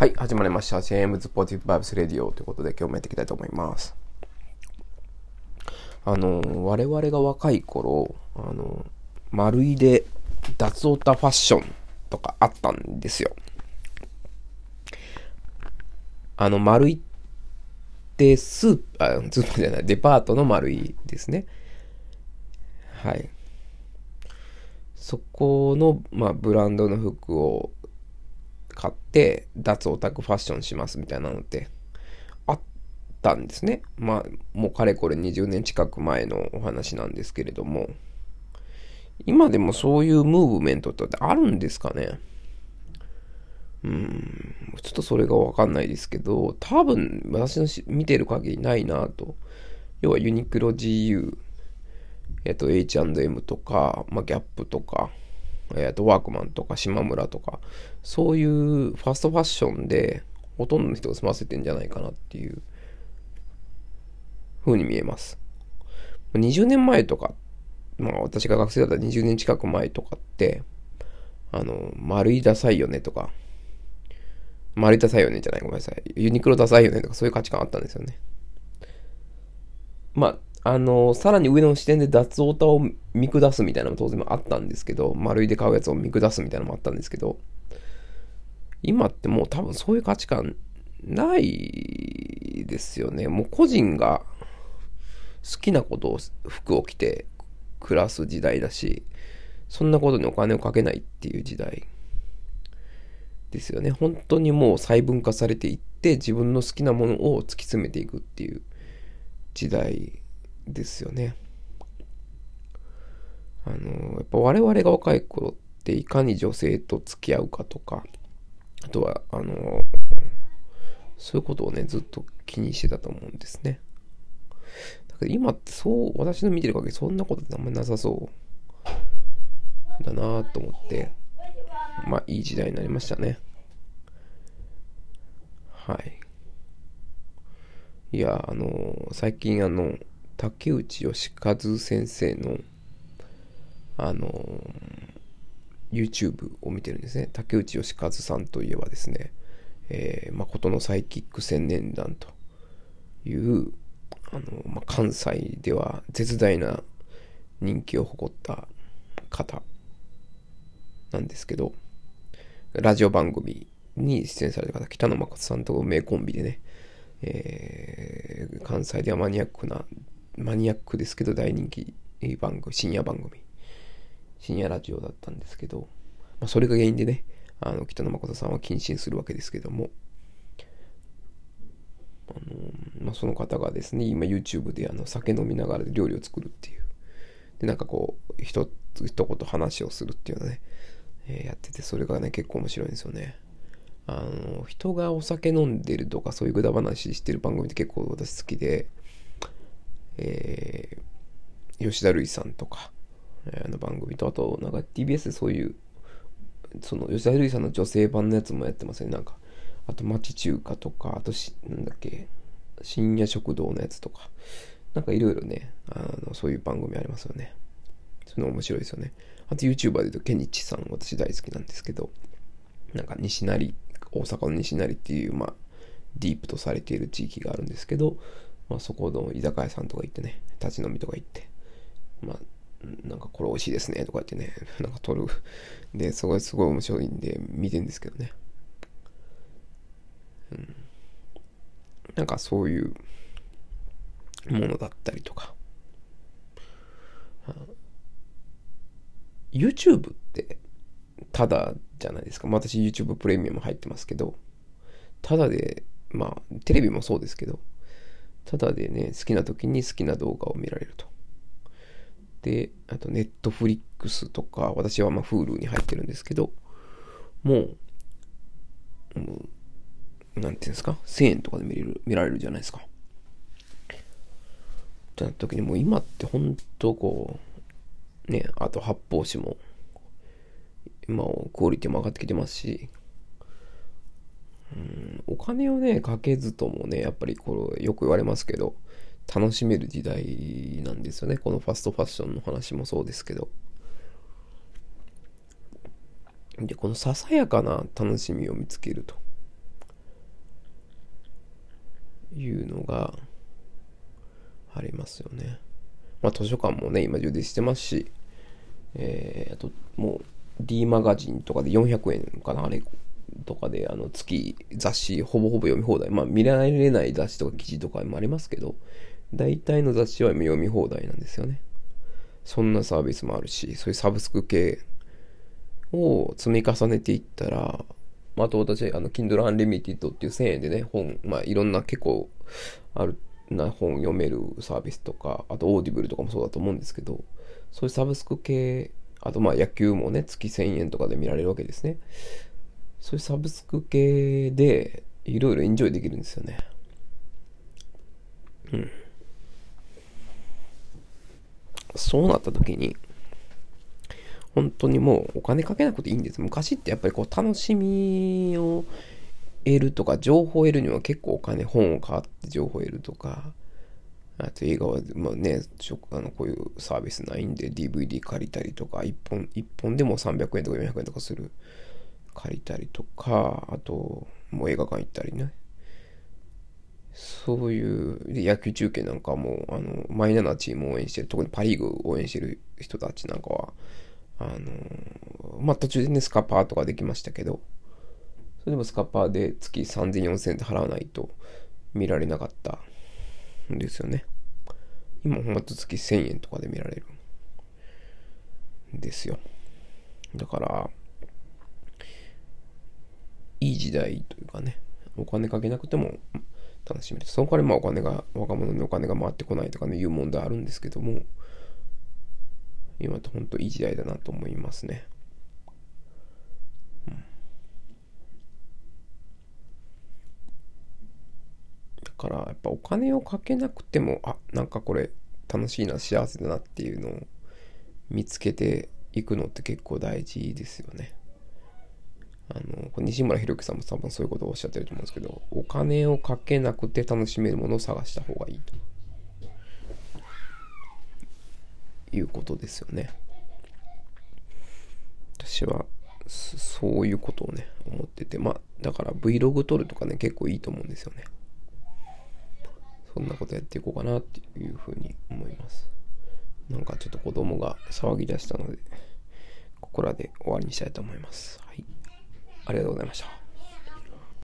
はい、始まりました。ジェームズポジティブバイブスレディオということで今日もやっていきたいと思います。我々が若い頃、丸いで脱オタファッションとかあったんですよ。丸いってスーパーじゃない、デパートの丸いですね。はい。そこの、ブランドの服を買って脱オタクファッションしますみたいなのってあったんですね。もうかれこれ20年近く前のお話なんですけれども、今でもそういうムーブメントってあるんですかね。ちょっとそれがわかんないですけど、多分私の見てる限りないなと。要はユニクロ GU、H&M とか、ギャップとか、ワークマンとか島村とか、そういうファストファッションでほとんどの人が済ませてんじゃないかなっていう風に見えます。20年前とか、私が学生だったら20年近く前とかって、丸いダサいよねとか、丸いダサいよねじゃない、ごめんなさい。ユニクロダサいよねとかそういう価値観あったんですよね。さらに上の視点で脱オタを見下すみたいなのも当然あったんですけど、丸いで買うやつを見下すみたいなのもあったんですけど、今ってもう多分そういう価値観ないですよね。もう個人が好きなことを服を着て暮らす時代だし、そんなことにお金をかけないっていう時代ですよね。本当にもう細分化されていって自分の好きなものを突き詰めていくっていう時代ですよね。やっぱ我々が若い頃っていかに女性と付き合うかとか、あとはそういうことをねずっと気にしてたと思うんですね。だから今ってそう私の見てる限りそんなことってあんまりなさそうだなと思って、いい時代になりましたね。はい。いや最近竹内義和先生のあの YouTube を見てるんですね。竹内義和さんといえばですね、誠のサイキック千年団という関西では絶大な人気を誇った方なんですけど、ラジオ番組に出演された方、北野誠さんと名コンビでね、関西ではマニアックですけど大人気番組、深夜ラジオだったんですけど、それが原因でね、北野誠さんは謹慎するわけですけども、その方がですね、今 YouTube で酒飲みながら料理を作るっていう。で、なんかこう、一言話をするっていうのね、やってて、それがね、結構面白いんですよね。人がお酒飲んでるとか、そういうぐだ話してる番組って結構私好きで、吉田類さんとか、番組と、あと、なんか TBS でそういう、その吉田類さんの女性版のやつもやってますね。なんか、あと町中華とか、あとなんだっけ、深夜食堂のやつとか、なんかいろいろね、そういう番組ありますよね。そういうの面白いですよね。あと YouTuber で言うとケニッチさん、私大好きなんですけど、なんか大阪の西成っていう、ディープとされている地域があるんですけど、そこの居酒屋さんとか行ってね、立ち飲みとか行って、なんかこれ美味しいですねとか言ってね、なんか撮る。で、すごい面白いんで見てんですけどね。なんかそういうものだったりとか。YouTube ってただじゃないですか。私 YouTube プレミアム入ってますけど、ただで、テレビもそうですけど、ただでね、好きな時に好きな動画を見られると。で、あと Netflix とか、私はHulu に入ってるんですけど、もなんていうんですか、1000円とかで見られるじゃないですか。ってなった時にもう今って本当こう、ね、あと発泡酒も、今クオリティも上がってきてますし、お金をね、かけずともね、やっぱりこれよく言われますけど、楽しめる時代なんですよね。このファストファッションの話もそうですけど。で、このささやかな楽しみを見つけると。 いうのがありますよね。まあ図書館もね、今充実してますし、あともう D マガジンとかで400円かな、あれとかで月雑誌ほぼほぼ読み放題。まあ見られない雑誌とか記事とかもありますけど、大体の雑誌は読み放題なんですよね。そんなサービスもあるし、そういうサブスク系を積み重ねていったら、あと私、Kindle Unlimited っていう1000円でね、本、まあいろんな結構あるな本読めるサービスとか、あと Audible とかもそうだと思うんですけど、そういうサブスク系、あとまあ野球もね、月1000円とかで見られるわけですね。そういうサブスク系でいろいろエンジョイできるんですよね。うん。そうなった時に、本当にもうお金かけなくていいんです。昔ってやっぱりこう楽しみを得るとか、情報を得るには結構お金、本を買って情報を得るとか、あと映画は、まあね、こういうサービスないんで DVD 借りたりとか、一本でも300円とか400円とかする借りたりとか、あと、もう映画館行ったりね。そういう、で野球中継なんかも、マイナーなチームを応援してる、特にパリーグを応援してる人たちなんかは、まあ、途中でね、スカパーとかできましたけど、それでもスカパーで月3000、4000円で払わないと見られなかったんですよね。今ほんと月1000円とかで見られるんですよ。だから、いい時代というかね、お金かけなくても楽しめる。その代わりまあ若者にお金が回ってこないとかね、いう問題あるんですけども、今って本当いい時代だなと思いますね。だからやっぱお金をかけなくても、なんかこれ楽しいな、幸せだなっていうのを見つけていくのって結構大事ですよね。西村博之さんも多分そういうことをおっしゃってると思うんですけど、お金をかけなくて楽しめるものを探した方がいいということですよね。私はそういうことをね思ってて、まあだから Vlog 撮るとかね結構いいと思うんですよね。そんなことやっていこうかなっていうふうに思います。なんかちょっと子供が騒ぎ出したので、ここらで終わりにしたいと思います。はい、ありがとうございました。